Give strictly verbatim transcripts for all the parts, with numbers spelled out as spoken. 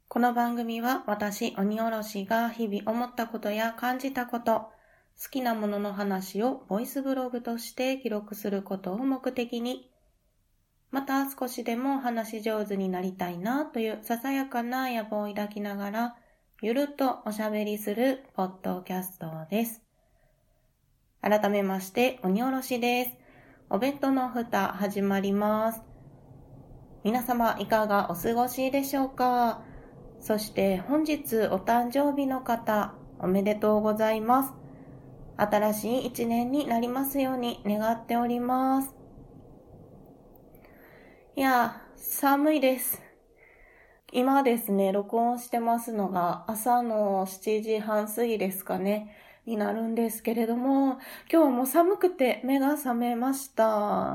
この番組は私、鬼おろしが日々思ったことや感じたこと、好きなものの話をボイスブログとして記録することを目的に、また少しでも話し上手になりたいなというささやかな野望を抱きながら、ゆるっとおしゃべりするポッドキャストです。改めまして、鬼おろしです。お弁当の蓋始まります。皆様いかがお過ごしでしょうか？そして本日お誕生日の方、おめでとうございます。新しい一年になりますように願っております。いや、寒いです。今ですね、録音してますのが朝のしちじはん過ぎですかね、になるんですけれども、今日はもう寒くて目が覚めました。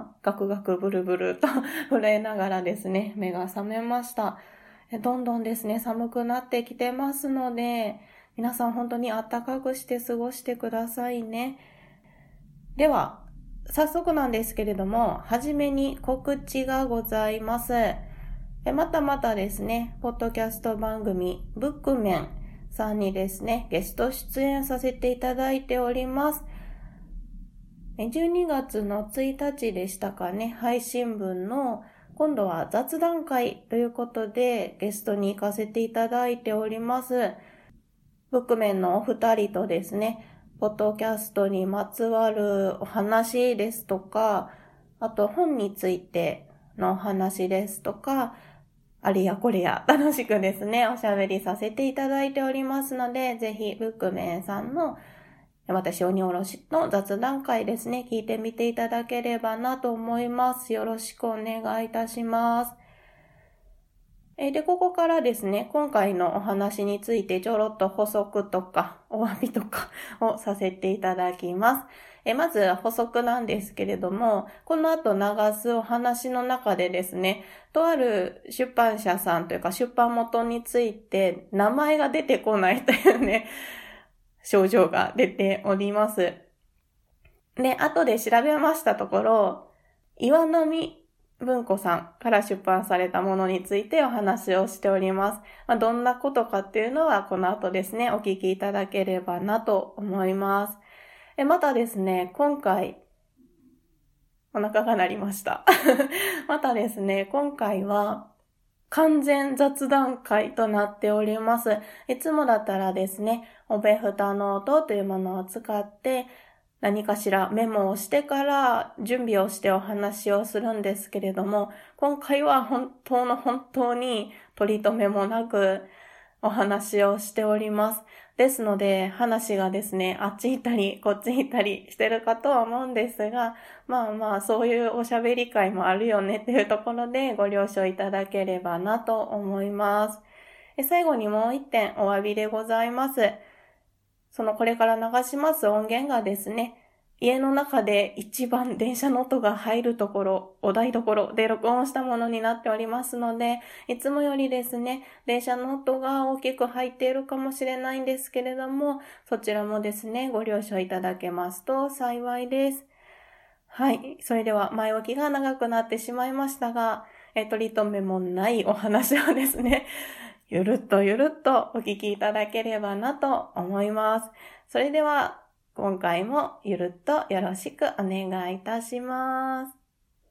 ガクガクブルブルと震えながらですね、目が覚めました。どんどんですね、寒くなってきてますので、皆さん本当に暖かくして過ごしてくださいね。では、早速なんですけれども、はじめに告知がございます。またまたですね、ポッドキャスト番組、ブックメンさんにですね、ゲスト出演させていただいております。じゅうにがつのついたちでしたかね、配信分の今度は雑談会ということでゲストに行かせていただいております。ブックメンのお二人とですね、ポッドキャストにまつわるお話ですとか、あと本についてのお話ですとか、あれやこれや楽しくですね、おしゃべりさせていただいておりますので、ぜひブックメンさんの私鬼おろしの雑談会ですね、聞いてみていただければなと思います。よろしくお願いいたします。えで、ここからですね、今回のお話についてちょろっと補足とかお詫びとかをさせていただきます。えまず補足なんですけれども、この後流すお話の中でですね、とある出版社さんというか出版元について名前が出てこないというね、症状が出ております。で、後で調べましたところ、岩波文庫さんから出版されたものについてお話をしております。まあ、どんなことかっていうのはこの後ですね、お聞きいただければなと思います。えまたですね、今回、お腹が鳴りました。またですね、今回は、完全雑談会となっております。いつもだったらですね、おべふたノートというものを使って何かしらメモをしてから準備をしてお話をするんですけれども、今回は本当の本当に取り留めもなくお話をしております。ですので話がですね、あっち行ったりこっち行ったりしてるかとは思うんですが、まあまあそういうおしゃべり会もあるよねっていうところでご了承いただければなと思います。最後にもう一点お詫びでございます。そのこれから流します音源がですね、家の中で一番電車の音が入るところ、お台所で録音したものになっておりますので、いつもよりですね、電車の音が大きく入っているかもしれないんですけれども、そちらもですね、ご了承いただけますと幸いです。はい。それでは前置きが長くなってしまいましたが、え取り留めもないお話をですね、ゆるっとゆるっとお聞きいただければなと思います。それでは今回もゆるっとよろしくお願いいたします。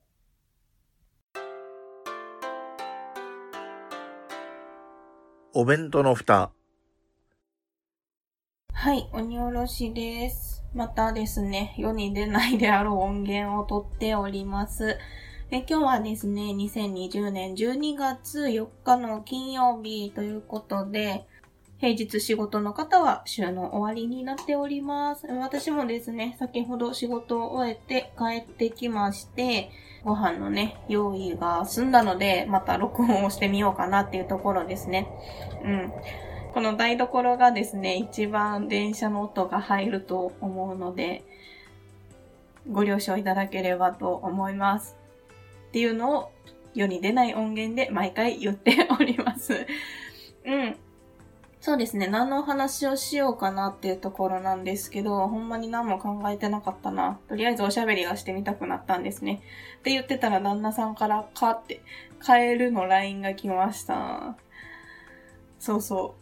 お弁当の蓋。 はい、鬼おろしです。またですね、世に出ないであろう音源を取っております。え今日はですね、にせんにじゅうねんじゅうにがつよっかの金曜日ということで、平日仕事の方は週の終わりになっております。私もですね、先ほど仕事を終えて帰ってきまして、ご飯のね、用意が済んだので、また録音をしてみようかなっていうところですね。うん。この台所がですね、一番電車の音が入ると思うので、ご了承いただければと思います。っていうのを世に出ない音源で毎回言っております。うん。そうですね。何のお話をしようかなっていうところなんですけど、ほんまに何も考えてなかったな。とりあえずおしゃべりがしてみたくなったんですね。って言ってたら旦那さんからかって、カエルの ライン が来ました。 そうそう。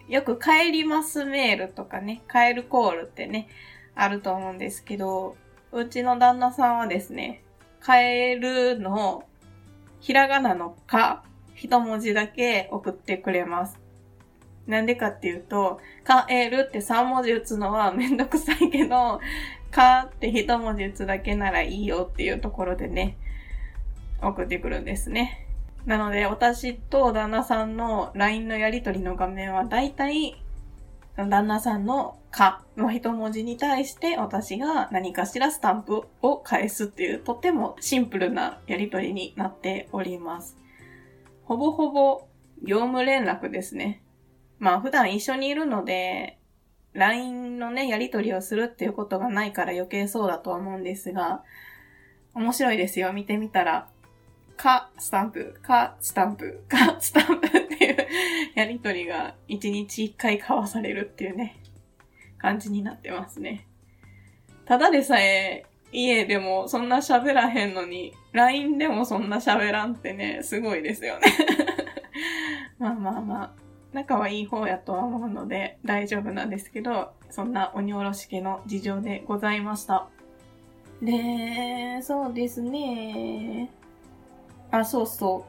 よく帰りますメールとかね、帰るコールってね、あると思うんですけど、うちの旦那さんはですね、帰るの、ひらがなのか、一文字だけ送ってくれます。なんでかっていうと、帰るってさん文字打つのはめんどくさいけど、かって一文字打つだけならいいよっていうところでね、送ってくるんですね。なので、私と旦那さんの ライン のやりとりの画面はだいたい旦那さんのかの一文字に対して私が何かしらスタンプを返すっていうとてもシンプルなやりとりになっております。ほぼほぼ業務連絡ですね。まあ普段一緒にいるので ライン のねやりとりをするっていうことがないから余計そうだとは思うんですが、面白いですよ。見てみたら。か、スタンプ、か、スタンプ、か、スタンプっていうやりとりが一日一回交わされるっていうね、感じになってますね。ただでさえ家でもそんな喋らへんのに、ライン でもそんな喋らんってね、すごいですよね。まあまあまあ、仲はいい方やとは思うので大丈夫なんですけど、そんな鬼おろし家の事情でございました。で、そうですね。あ、そうそう。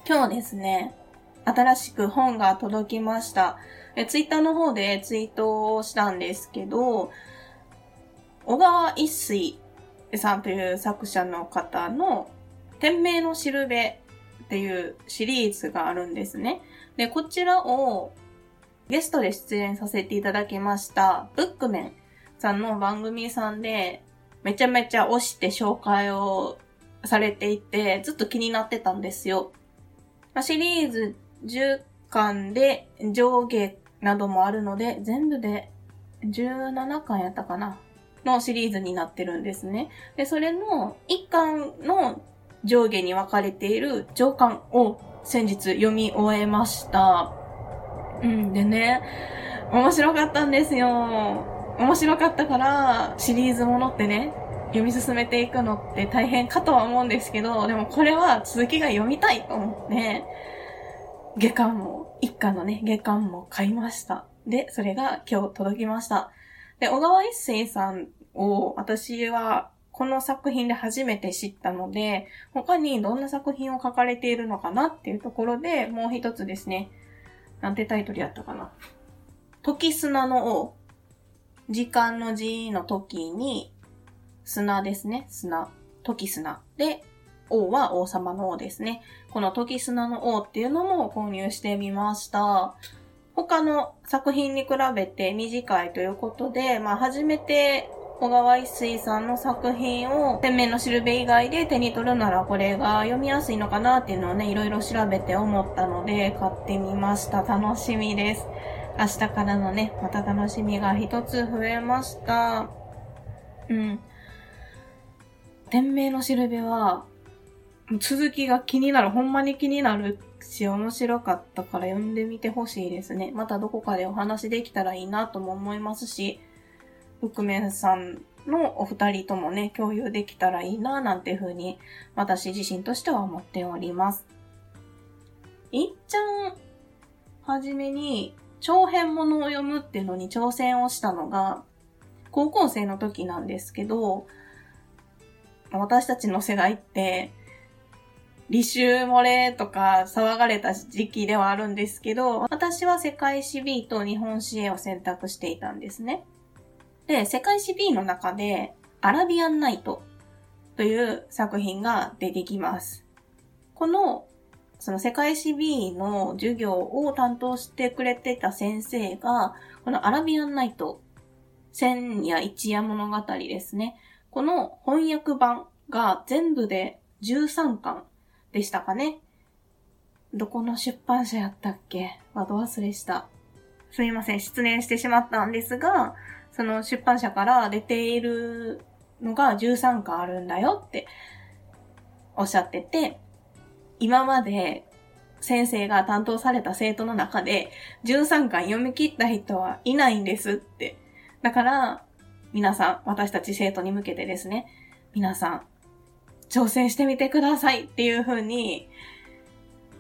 今日ですね、新しく本が届きました。え、ツイッターの方でツイートをしたんですけど、小川一水さんという作者の方の天命のしるべっていうシリーズがあるんですね。で、こちらをゲストで出演させていただきましたブックメンさんの番組さんでめちゃめちゃ推して紹介をされていて、ずっと気になってたんですよ。シリーズじゅっかんで上下などもあるので、全部でじゅうななかんやったかなのシリーズになってるんですね。で、それのいっかんの上下に分かれている上巻を先日読み終えました。うん、でね、面白かったんですよ。面白かったからシリーズものってね、読み進めていくのって大変かとは思うんですけど、でもこれは続きが読みたいと思って、下巻も、一巻のね、下巻も買いました。で、それが今日届きました。で、小川一生さんを私はこの作品で初めて知ったので、他にどんな作品を書かれているのかなっていうところで、もう一つですね、なんてタイトルやったかな。時砂の王。時間の字の時に、砂ですね。砂。時砂。で、王は王様の王ですね。この時砂の王っていうのも購入してみました。他の作品に比べて短いということで、まあ初めて小川一水さんの作品を天命のしるべ以外で手に取るならこれが読みやすいのかなっていうのをね、いろいろ調べて思ったので買ってみました。楽しみです。明日からのね、また楽しみが一つ増えました。うん。天命のしるべは、続きが気になる、ほんまに気になるし、面白かったから読んでみてほしいですね。またどこかでお話できたらいいなとも思いますし、ブックメンさんのお二人ともね、共有できたらいいななんていうふうに、私自身としては思っております。いっちゃん、はじめに、長編物を読むっていうのに挑戦をしたのが、高校生の時なんですけど、私たちの世代って、履修漏れとか騒がれた時期ではあるんですけど、私は世界史 B と日本史 A を選択していたんですね。で、世界史 B の中で、アラビアンナイトという作品が出てきます。この、その世界史 B の授業を担当してくれてた先生が、このアラビアンナイト、千夜一夜物語ですね。この翻訳版が全部でじゅうさんかんでしたかね。どこの出版社やったっけ？ワード忘れした。すいません、失念してしまったんですが、その出版社から出ているのがじゅうさんかんあるんだよっておっしゃってて、今まで先生が担当された生徒の中でじゅうさんかん読み切った人はいないんですって。だから、皆さん、私たち生徒に向けてですね、皆さん、挑戦してみてくださいっていう風に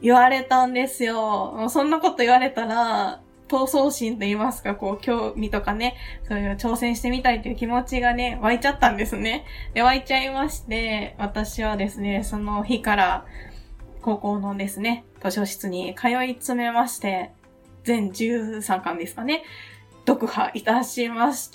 言われたんですよ。もうそんなこと言われたら、闘争心と言いますか、こう、興味とかね、そういう挑戦してみたいという気持ちがね、湧いちゃったんですね。で、湧いちゃいまして、私はですね、その日から、高校のですね、図書室に通い詰めまして、全じゅうさんかんですかね、読破いたしました。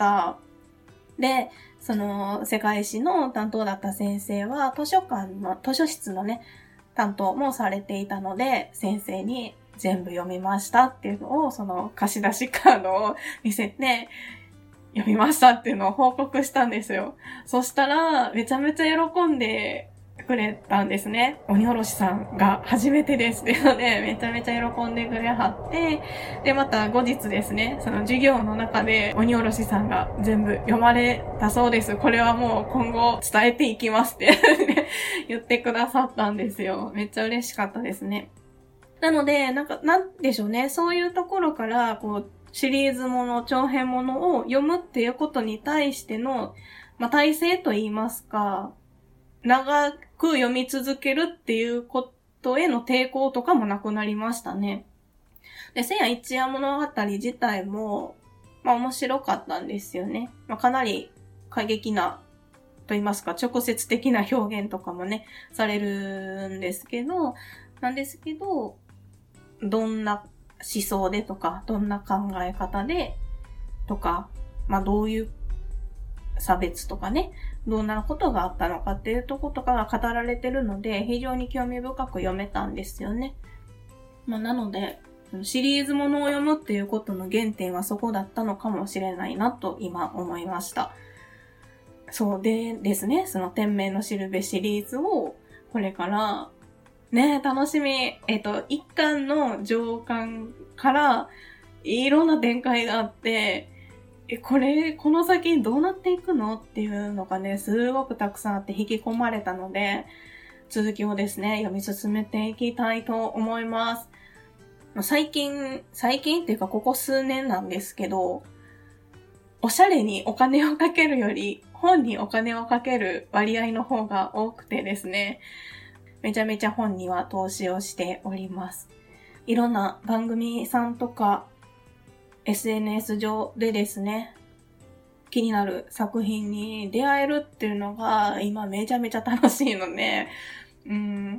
で、その世界史の担当だった先生は図書館の、図書室のね、担当もされていたので、先生に全部読みましたっていうのを、その貸し出しカードを見せて、読みましたっていうのを報告したんですよ。そしたら、めちゃめちゃ喜んでくれたんですね。鬼おろしさんが初めてですっていうので、めちゃめちゃ喜んでくれはって、で、また後日ですね、その授業の中で鬼おろしさんが全部読まれたそうです。これはもう今後伝えていきますって言ってくださったんですよ。めっちゃ嬉しかったですね。なので、なんか、なんでしょうね。そういうところから、こう、シリーズもの、長編ものを読むっていうことに対しての、まあ、体制と言いますか、長く読み続けるっていうことへの抵抗とかもなくなりましたね。で、千夜一夜物語自体も、まあ面白かったんですよね。まあかなり過激な、と言いますか、直接的な表現とかもね、されるんですけど、なんですけど、どんな思想でとか、どんな考え方でとか、まあどういう差別とかね、どんなことがあったのかっていうとことかが語られてるので、非常に興味深く読めたんですよね。まあなので、シリーズものを読むっていうことの原点はそこだったのかもしれないなと今思いました。そうでですね、その天命のしるべシリーズをこれからね、楽しみ。えっと、一巻の上巻からいろんな展開があって、え、これ、この先どうなっていくのっていうのがね、すごくたくさんあって引き込まれたので、続きをですね、読み進めていきたいと思います。最近、最近っていうかここ数年なんですけど、おしゃれにお金をかけるより、本にお金をかける割合の方が多くてですね、めちゃめちゃ本には投資をしております。いろんな番組さんとか エスエヌエス 上でですね、気になる作品に出会えるっていうのが今めちゃめちゃ楽しいので、うん、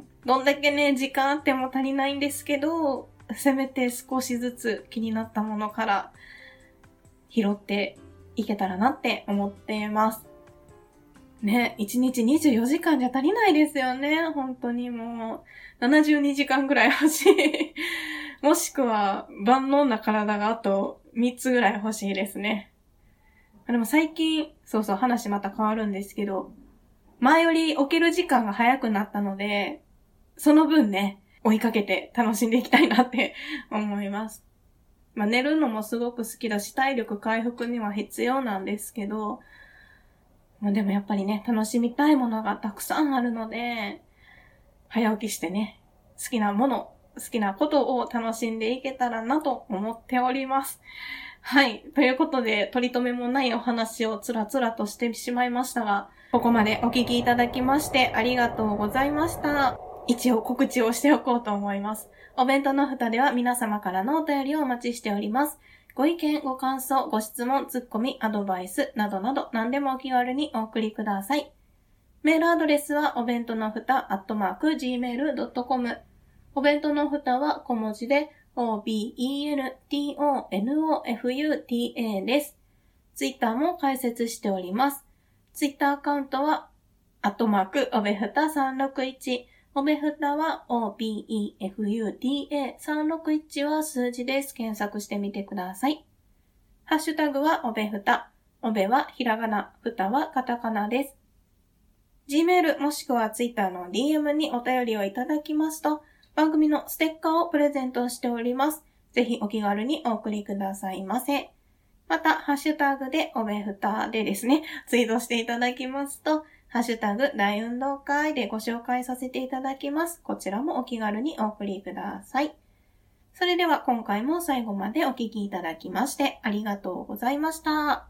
どんだけね、時間あっても足りないんですけど、せめて少しずつ気になったものから拾っていけたらなって思っています。ね、いちにちにじゅうよじかんじゃ足りないですよね。本当にもう、ななじゅうにじかんぐらい欲しい。もしくは、万能な体があとみっつぐらい欲しいですね。でも最近、そうそう話また変わるんですけど、前より起きる時間が早くなったので、その分ね、追いかけて楽しんでいきたいなって思います。まあ寝るのもすごく好きだし、体力回復には必要なんですけど、まあでもやっぱりね、楽しみたいものがたくさんあるので、早起きしてね、好きなもの、好きなことを楽しんでいけたらなと思っております。はい。ということで、取り留めもないお話をつらつらとしてしまいましたが、ここまでお聞きいただきましてありがとうございました。一応告知をしておこうと思います。お弁当の蓋では皆様からのお便りをお待ちしております。ご意見、ご感想、ご質問、ツッコミ、アドバイスなどなど何でもお気軽にお送りください。メールアドレスはお弁当のふたアットマーク ジーメールドットコム。お弁当のふたは小文字で オービーイーエヌティーオーエヌオーエフユーティーエー です。ツイッターも開設しております。ツイッターアカウントはアットマークおべふたさんろくいち。おべふたは オービーイーエフユーティーエーさんろくいち は数字です。検索してみてください。ハッシュタグはおべふた。おべはひらがな、ふたはカタカナです。Gmail もしくは Twitter の ディーエム にお便りをいただきますと、番組のステッカーをプレゼントしております。ぜひお気軽にお送りくださいませ。また、ハッシュタグでおべふたでですね、ツイートしていただきますと、ハッシュタグ大運動会でご紹介させていただきます。こちらもお気軽にお送りください。それでは今回も最後までお聞きいただきましてありがとうございました。